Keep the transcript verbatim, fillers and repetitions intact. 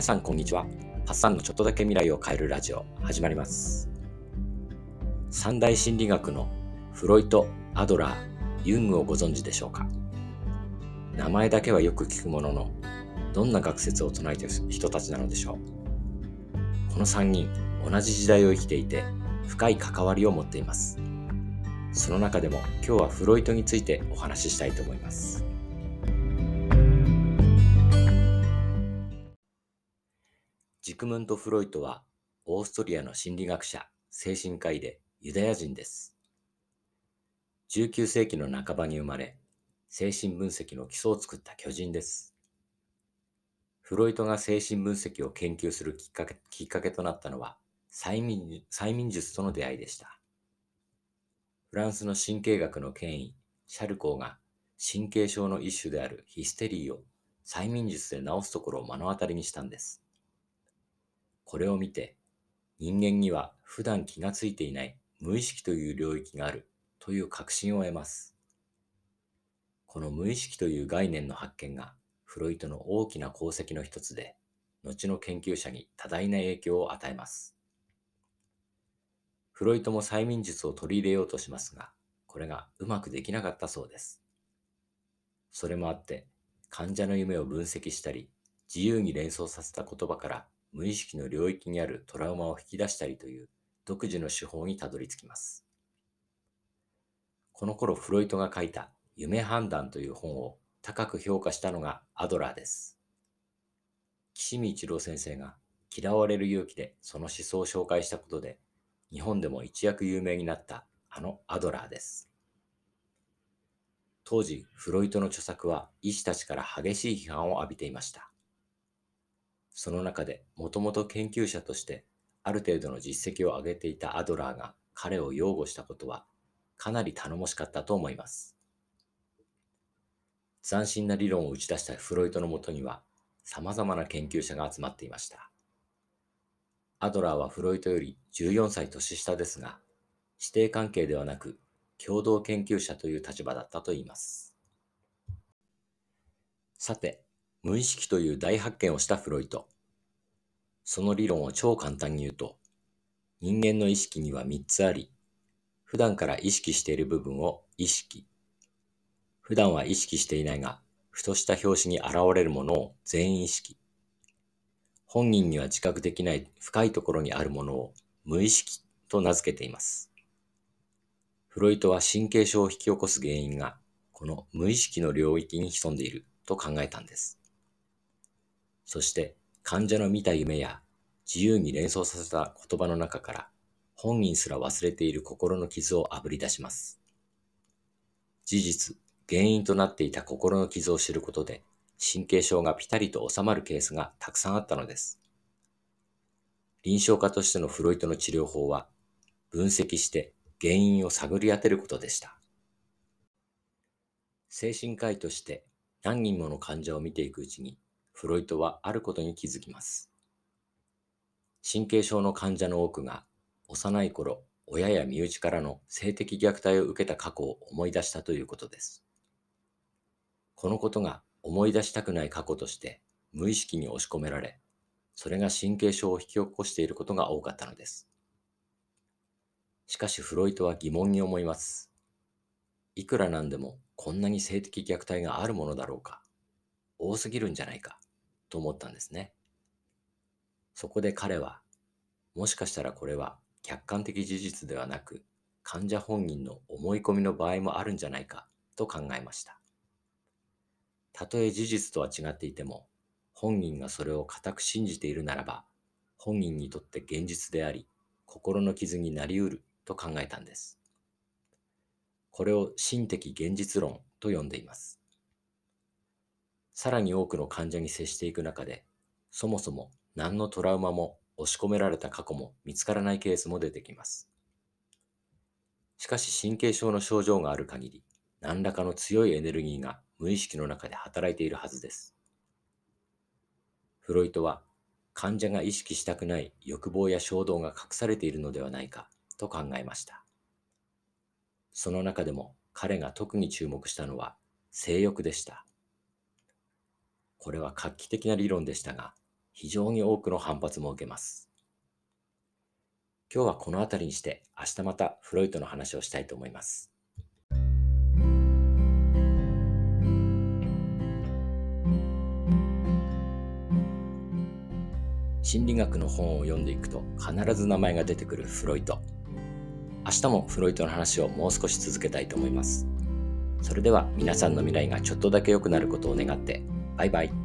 皆さんこんにちは。ハッサンのちょっとだけ未来を変えるラジオ始まります。三大心理学のフロイト、アドラー、ユングをご存知でしょうか。名前だけはよく聞くものの、どんな学説を唱えている人たちなのでしょう。この三人、同じ時代を生きていて深い関わりを持っています。その中でも今日はフロイトについてお話ししたいと思います。ジクムント・フロイトはオーストリアの心理学者、精神科医でユダヤ人です。じゅうきゅうせいきの半ばに生まれ、精神分析の基礎を作った巨人です。フロイトが精神分析を研究するきっかけ、きっかけとなったのは催眠、催眠術との出会いでした。フランスの神経学の権威、シャルコーが神経症の一種であるヒステリーを催眠術で治すところを目の当たりにしたんです。これを見て、人間には普段気がついていない無意識という領域があるという確信を得ます。この無意識という概念の発見がフロイトの大きな功績の一つで、後の研究者に多大な影響を与えます。フロイトも催眠術を取り入れようとしますが、これがうまくできなかったそうです。それもあって、患者の夢を分析したり、自由に連想させた言葉から無意識の領域にあるトラウマを引き出したりという独自の手法にたどり着きます。この頃フロイトが書いた夢判断という本を高く評価したのがアドラーです。岸見一郎先生が嫌われる勇気でその思想を紹介したことで、日本でも一躍有名になったあのアドラーです。当時、フロイトの著作は医師たちから激しい批判を浴びていました。その中で、もともと研究者としてある程度の実績を上げていたアドラーが彼を擁護したことは、かなり頼もしかったと思います。斬新な理論を打ち出したフロイトのもとには、様々な研究者が集まっていました。アドラーはフロイトよりじゅうよんさい年下ですが、師弟関係ではなく、共同研究者という立場だったといいます。さて、無意識という大発見をしたフロイト。その理論を超簡単に言うと、人間の意識にはみっつあり、普段から意識している部分を意識、普段は意識していないが、ふとした拍子に現れるものを全意識、本人には自覚できない深いところにあるものを無意識と名付けています。フロイトは神経症を引き起こす原因が、この無意識の領域に潜んでいると考えたんです。そして患者の見た夢や自由に連想させた言葉の中から本人すら忘れている心の傷をあぶり出します。事実、原因となっていた心の傷を知ることで神経症がピタリと収まるケースがたくさんあったのです。臨床家としてのフロイトの治療法は分析して原因を探り当てることでした。精神科医として何人もの患者を見ていくうちにフロイトはあることに気づきます。神経症の患者の多くが幼い頃、親や身内からの性的虐待を受けた過去を思い出したということです。このことが思い出したくない過去として無意識に押し込められ、それが神経症を引き起こしていることが多かったのです。しかしフロイトは疑問に思います。いくらなんでもこんなに性的虐待があるものだろうか、多すぎるんじゃないか、と思ったんですね。そこで彼は、もしかしたらこれは客観的事実ではなく、患者本人の思い込みの場合もあるんじゃないかと考えました。たとえ事実とは違っていても、本人がそれを固く信じているならば、本人にとって現実であり、心の傷になり得ると考えたんです。これを心的現実論と呼んでいます。さらに多くの患者に接していく中で、そもそも何のトラウマも押し込められた過去も見つからないケースも出てきます。しかし神経症の症状がある限り、何らかの強いエネルギーが無意識の中で働いているはずです。フロイトは、患者が意識したくない欲望や衝動が隠されているのではないかと考えました。その中でも彼が特に注目したのは性欲でした。これは画期的な理論でしたが、 非常に多くの反発も受けます。今日はこの辺りにして、明日またフロイトの話をしたいと思います。心理学の本を読んでいくと必ず名前が出てくるフロイト。明日もフロイトの話をもう少し続けたいと思います。それでは皆さんの未来がちょっとだけ良くなることを願って、バイバイ。